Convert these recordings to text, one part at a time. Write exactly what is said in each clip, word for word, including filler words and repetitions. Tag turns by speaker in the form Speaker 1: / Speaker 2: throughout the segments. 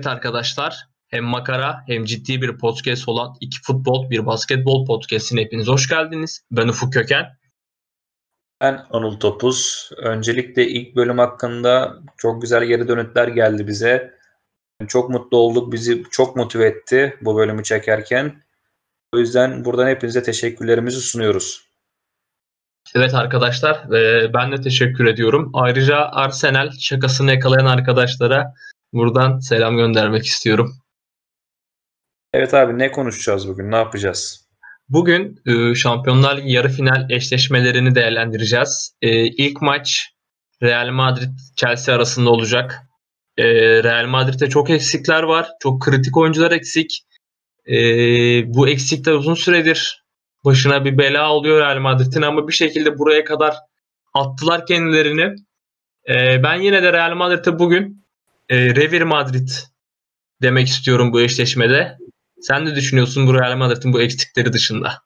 Speaker 1: Evet arkadaşlar, hem makara hem ciddi bir podcast olan iki futbol bir basketbol podcast'ine hepiniz hoş geldiniz. Ben Ufuk Köken.
Speaker 2: Ben Anıl Topuz. Öncelikle ilk bölüm hakkında çok güzel geri dönütler geldi bize. Çok mutlu olduk, bizi çok motive etti bu bölümü çekerken. O yüzden buradan hepinize teşekkürlerimizi sunuyoruz.
Speaker 1: Evet arkadaşlar, e, ben de teşekkür ediyorum. Ayrıca Arsenal şakasını yakalayan arkadaşlara buradan selam göndermek istiyorum.
Speaker 2: Evet abi, ne konuşacağız bugün, ne yapacağız?
Speaker 1: Bugün e, Şampiyonlar Ligi yarı final eşleşmelerini değerlendireceğiz. E, ilk maç Real Madrid-Chelsea arasında olacak. E, Real Madrid'de çok eksikler var. Çok kritik oyuncular eksik. E, bu eksikler uzun süredir başına bir bela oluyor Real Madrid'in ama bir şekilde buraya kadar attılar kendilerini. E, ben yine de Real Madrid'e bugün e, Revir Madrid demek istiyorum bu eşleşmede. Sen ne düşünüyorsun bu Real Madrid'in bu eksikleri dışında?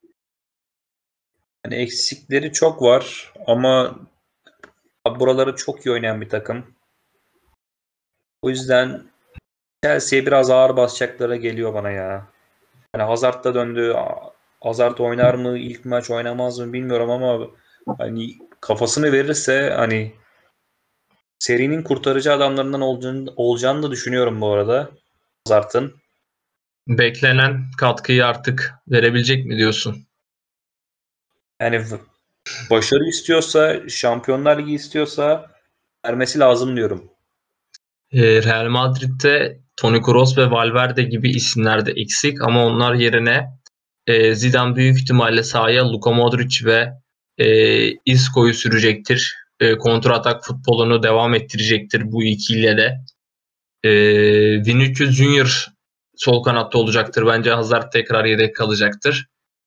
Speaker 2: Yani eksikleri çok var ama buraları çok iyi oynayan bir takım. O yüzden Chelsea'ye biraz ağır basacaklara geliyor bana ya. Yani Hazard da döndü. Hazard oynar mı? İlk maç oynamaz mı bilmiyorum ama hani kafasını verirse hani serinin kurtarıcı adamlarından olacağını, olacağını da düşünüyorum bu arada Hazard'ın.
Speaker 1: Beklenen katkıyı artık verebilecek mi diyorsun?
Speaker 2: Yani başarı istiyorsa, Şampiyonlar Ligi istiyorsa vermesi lazım diyorum.
Speaker 1: Real Madrid'de Toni Kroos ve Valverde gibi isimler de eksik ama onlar yerine Zidane büyük ihtimalle sahaya Luka Modric ve Isco'yu sürecektir. Kontra atak futbolunu devam ettirecektir bu ikiliyle de. Vinicius Junior sol kanatta olacaktır. Bence Hazard tekrar yedek kalacaktır.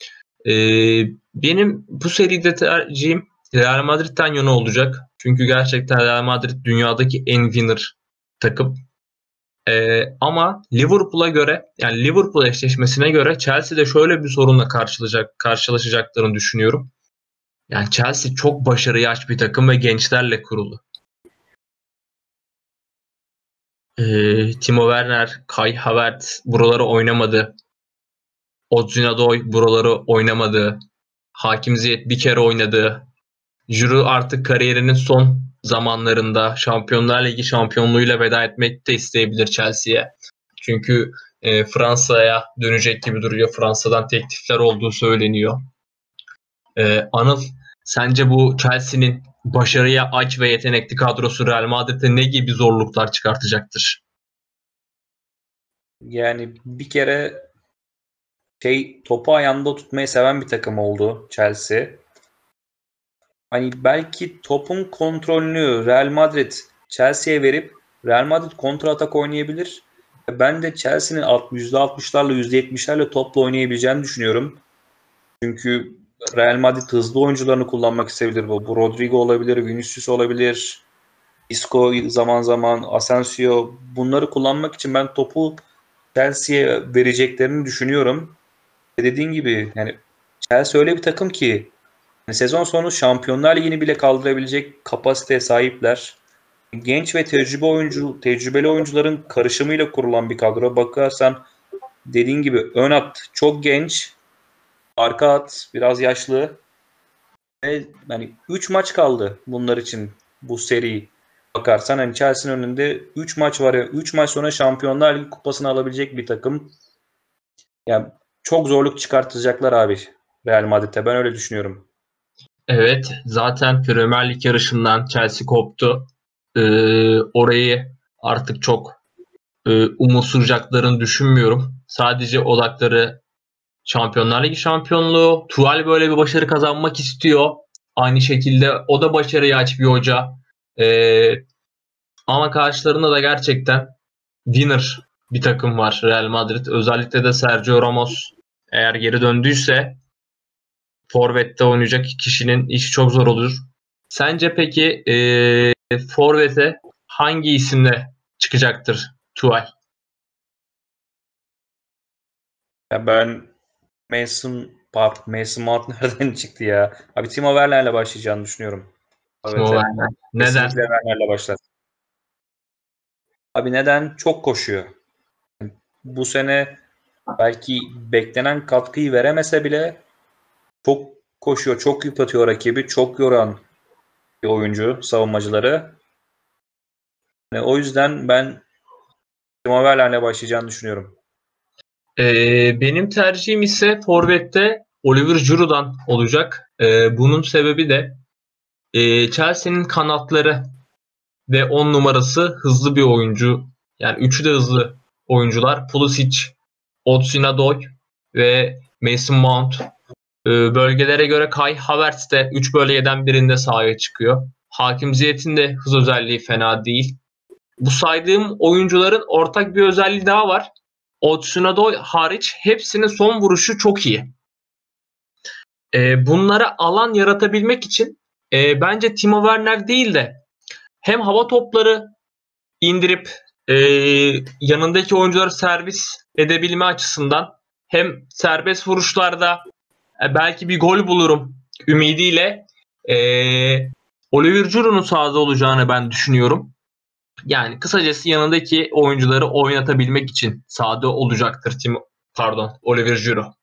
Speaker 1: Benim bu seride tercihim Real Madrid'den yana olacak. Çünkü gerçekten Real Madrid dünyadaki en winner takım. Ee, ama Liverpool'a göre, yani Liverpool eşleşmesine göre Chelsea'de şöyle bir sorunla karşılaşacak, karşılaşacaklarını düşünüyorum. Yani Chelsea çok başarıya aç bir takım ve gençlerle kurulu. Ee, Timo Werner, Kai Havertz buraları oynamadı. Hudson-Odoi buraları oynamadı. Hakim Ziyech bir kere oynadı. Giroud artık kariyerinin son zamanlarında Şampiyonlar Ligi şampiyonluğuyla veda etmek de isteyebilir Chelsea'ye. Çünkü e, Fransa'ya dönecek gibi duruyor. Fransa'dan teklifler olduğu söyleniyor. E, Anıl, sence bu Chelsea'nin başarıya aç ve yetenekli kadrosu Real Madrid'e ne gibi zorluklar çıkartacaktır?
Speaker 2: Yani bir kere şey topu ayağında tutmayı seven bir takım oldu Chelsea. Hani belki topun kontrolünü Real Madrid Chelsea'ye verip Real Madrid kontra atak oynayabilir. Ben de Chelsea'nin yüzde altmışlarla yüzde yetmişlerle topla oynayabileceğini düşünüyorum. Çünkü Real Madrid hızlı oyuncularını kullanmak isteyebilir. Bu, bu Rodrigo olabilir, Vinicius olabilir, Isco zaman zaman, Asensio. Bunları kullanmak için ben topu Chelsea'ye vereceklerini düşünüyorum. Ve dediğin gibi yani Chelsea öyle bir takım ki yani sezon sonu Şampiyonlar Ligi'ni bile kaldırabilecek kapasiteye sahipler. Genç ve tecrübe oyuncu, tecrübeli oyuncuların karışımıyla kurulan bir kadro. Bakarsan dediğin gibi ön at çok genç, arka at biraz yaşlı. Ve yani üç maç kaldı bunlar için bu seri. Bakarsan hani Chelsea'nin önünde üç maç var ya, üç maç sonra Şampiyonlar Ligi kupasını alabilecek bir takım. Yani çok zorluk çıkartacaklar abi Real Madrid'e. Ben öyle düşünüyorum.
Speaker 1: Evet, zaten Premier Lig yarışından Chelsea koptu. Ee, orayı artık çok e, umutsuzcaklarını düşünmüyorum. Sadece odakları Şampiyonlar Ligi şampiyonluğu. Tuchel böyle bir başarı kazanmak istiyor. Aynı şekilde o da başarıya aç bir hoca. Ee, ama karşılarında da gerçekten winner bir takım var Real Madrid. Özellikle de Sergio Ramos eğer geri döndüyse forvette oynayacak kişinin işi çok zor olur. Sence peki e, forvete hangi isimle çıkacaktır Tuchel?
Speaker 2: Ya ben Mason Pap, Mason Mount nereden çıktı ya? Abi Timo Werner'le başlayacağını düşünüyorum.
Speaker 1: Timo
Speaker 2: Evet.
Speaker 1: Werner.
Speaker 2: Kesinlikle
Speaker 1: Neden?
Speaker 2: Werner'le başlar. Abi neden? Çok koşuyor. Bu sene belki beklenen katkıyı veremese bile çok koşuyor, çok yıpratıyor rakibi, çok yoran bir oyuncu savunmacıları. Yani o yüzden ben Timo Werner'le başlayacağını düşünüyorum.
Speaker 1: Ee, benim tercihim ise forvette Oliver Giroud'dan olacak. Ee, bunun sebebi de e, Chelsea'nin kanatları ve on numarası hızlı bir oyuncu. Yani üçü de hızlı oyuncular. Pulisic, Hudson-Odoi ve Mason Mount. Ee, bölgelere göre Kai Havertz de üç bölgeden birinde sahaya çıkıyor. Hakim Ziyech'in de hız özelliği fena değil. Bu saydığım oyuncuların ortak bir özelliği daha var. Hudson-Odoi hariç hepsinin son vuruşu çok iyi. Ee, bunlara alan yaratabilmek için e, bence Timo Werner değil de hem hava topları indirip e, yanındaki oyuncuları servis edebilme açısından hem serbest vuruşlarda e, belki bir gol bulurum ümidiyle e, Oliver Giroud'un sahada olacağını ben düşünüyorum. Yani kısacası yanındaki oyuncuları oynatabilmek için sahada olacaktır Timo, pardon Oliver Giroud.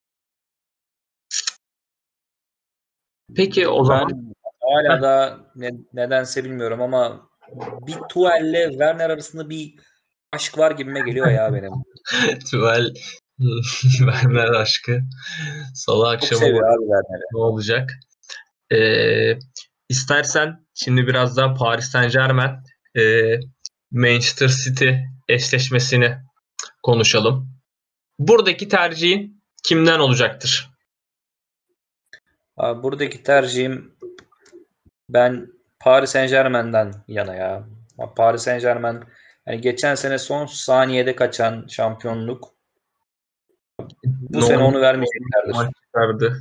Speaker 1: Peki o zaman
Speaker 2: Ben hala da ne, nedense bilmiyorum ama bir Tuel'le Werner arasında bir aşk var gibime geliyor ya benim.
Speaker 1: Tuval Werner aşkı Salı
Speaker 2: Çok
Speaker 1: akşamı
Speaker 2: seviyor
Speaker 1: bak
Speaker 2: abi Werner'i.
Speaker 1: ne olacak. Ee, istersen şimdi biraz daha Paris Saint-Germain e, Manchester City eşleşmesini konuşalım. Buradaki tercihin kimden olacaktır?
Speaker 2: Abi buradaki tercihim ben Paris Saint-Germain'den yana ya. Paris Saint-Germain yani geçen sene son saniyede kaçan şampiyonluk. Bu sene onu vermeyeceklerdir.
Speaker 1: çıkardı.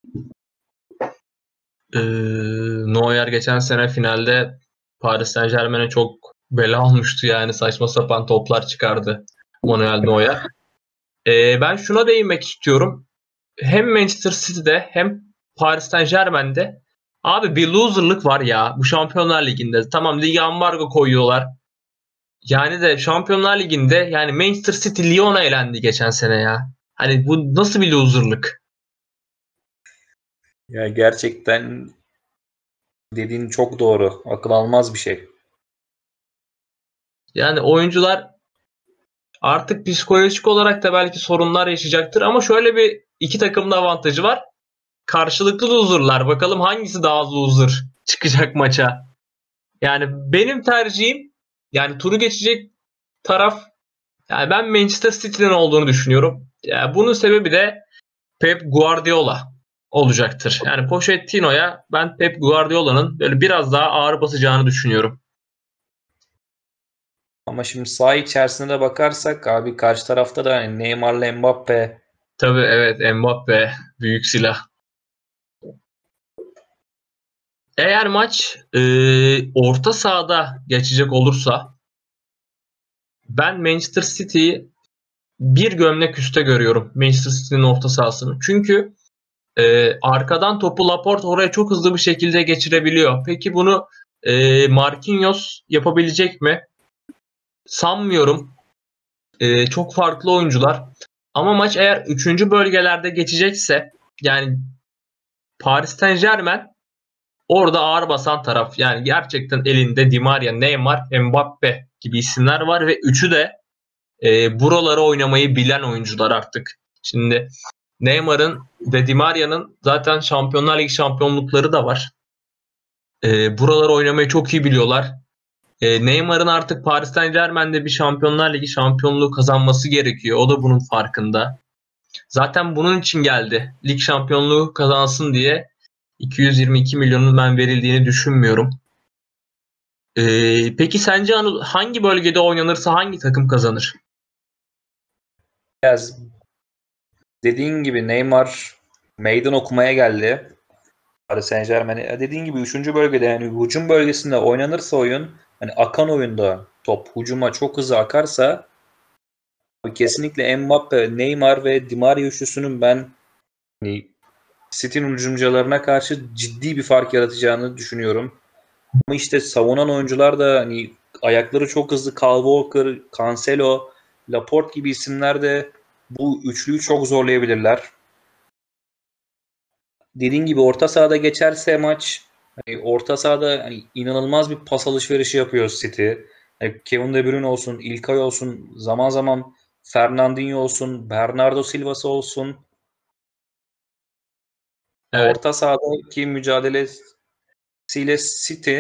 Speaker 1: Ee, Neuer geçen sene finalde Paris Saint-Germain'e çok bela olmuştu yani saçma sapan toplar çıkardı Manuel Neuer. Ee, ben şuna değinmek istiyorum. Hem Manchester City'de hem Paris Saint-Germain'de abi bir loserlık var ya bu Şampiyonlar Ligi'nde. Tamam lige ambargo koyuyorlar. Yani de Şampiyonlar Ligi'nde yani Manchester City Lyon'a elendi geçen sene ya. Hani bu nasıl bir loserlık?
Speaker 2: Ya gerçekten dediğin çok doğru. Akıl almaz bir şey.
Speaker 1: Yani oyuncular artık psikolojik olarak da belki sorunlar yaşayacaktır ama şöyle bir iki takımın avantajı var. Karşılıklı loserlar. Bakalım hangisi daha loser çıkacak maça. Yani benim tercihim yani turu geçecek taraf yani ben Manchester City'nin olduğunu düşünüyorum. Yani bunun sebebi de Pep Guardiola olacaktır. Yani Pochettino'ya ben Pep Guardiola'nın böyle biraz daha ağır basacağını düşünüyorum.
Speaker 2: Ama şimdi saha içerisine de bakarsak abi karşı tarafta da hani Neymar'la Mbappe
Speaker 1: Tabii evet Mbappe büyük silah. Eğer maç e, orta sahada geçecek olursa ben Manchester City'yi bir gömlek üste görüyorum. Manchester City'nin orta sahasını. Çünkü e, arkadan topu Laporte oraya çok hızlı bir şekilde geçirebiliyor. Peki bunu e, Marquinhos yapabilecek mi? Sanmıyorum. E, çok farklı oyuncular. Ama maç eğer üçüncü bölgelerde geçecekse yani Paris Saint-Germain orada ağır basan taraf. Yani gerçekten elinde Di Maria, Neymar, Mbappe gibi isimler var ve üçü de e, buraları oynamayı bilen oyuncular artık. Şimdi Neymar'ın ve Di Maria'nın zaten Şampiyonlar Ligi şampiyonlukları da var. E, buraları oynamayı çok iyi biliyorlar. E, Neymar'ın artık Paris Saint-Germain'de bir Şampiyonlar Ligi şampiyonluğu kazanması gerekiyor. O da bunun farkında. Zaten bunun için geldi. Lig şampiyonluğu kazansın diye iki yüz yirmi iki milyonun ben verildiğini düşünmüyorum. Ee, peki sence hangi bölgede oynanırsa hangi takım kazanır?
Speaker 2: biraz dediğin gibi Neymar meydan okumaya geldi. Paris Saint-Germain'e. Dediğin gibi üçüncü bölgede yani hücum bölgesinde oynanırsa oyun hani akan oyunda top hücuma çok hızlı akarsa kesinlikle Mbappe, Neymar ve Di Maria üçlüsünün ben hani City'nin hücumcularına karşı ciddi bir fark yaratacağını düşünüyorum. Ama işte savunan oyuncular da hani ayakları çok hızlı Kyle Walker, Cancelo, Laporte gibi isimler de bu üçlüyü çok zorlayabilirler. Dediğim gibi orta sahada geçerse maç, hani orta sahada hani inanılmaz bir pas alışverişi yapıyor City. Yani Kevin De Bruyne olsun, İlkay olsun, zaman zaman Fernandinho olsun, Bernardo Silva'sı olsun.
Speaker 1: Evet.
Speaker 2: Orta sahadaki mücadelesiyle City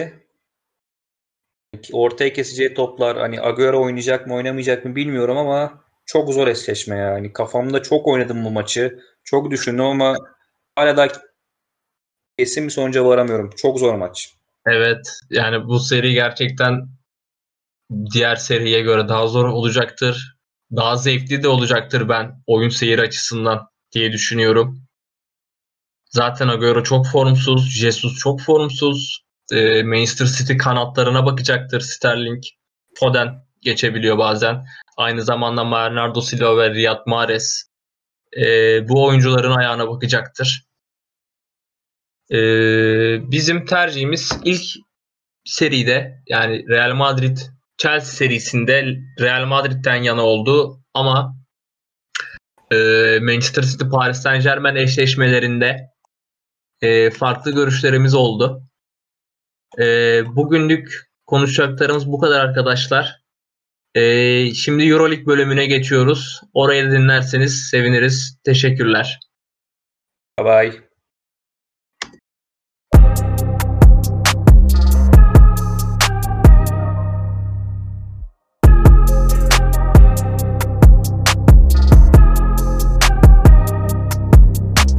Speaker 2: ortaya keseceği toplar, hani Agüero oynayacak mı oynamayacak mı bilmiyorum ama çok zor eşleşme yani. Kafamda çok oynadım bu maçı. Çok düşündüm ama hala da kesin bir sonuca varamıyorum. Çok zor maç.
Speaker 1: Evet. Yani bu seri gerçekten diğer seriye göre daha zor olacaktır. Daha zevkli de olacaktır ben oyun seyir açısından diye düşünüyorum. Zaten Agüero çok formsuz, Jesus çok formsuz. E, Manchester City kanatlarına bakacaktır. Sterling, Foden geçebiliyor bazen. Aynı zamanda Bernardo Silva ve Riyad Mahrez e, bu oyuncuların ayağına bakacaktır. E, bizim tercihimiz ilk seride, yani Real Madrid Chelsea serisinde Real Madrid'den yana oldu ama e, Manchester City Paris Saint-Germain eşleşmelerinde e, farklı görüşlerimiz oldu. E, bugünlük konuşacaklarımız bu kadar arkadaşlar. E, şimdi Euroleague bölümüne geçiyoruz. Orayı dinlerseniz seviniriz. Teşekkürler.
Speaker 2: Bye bye.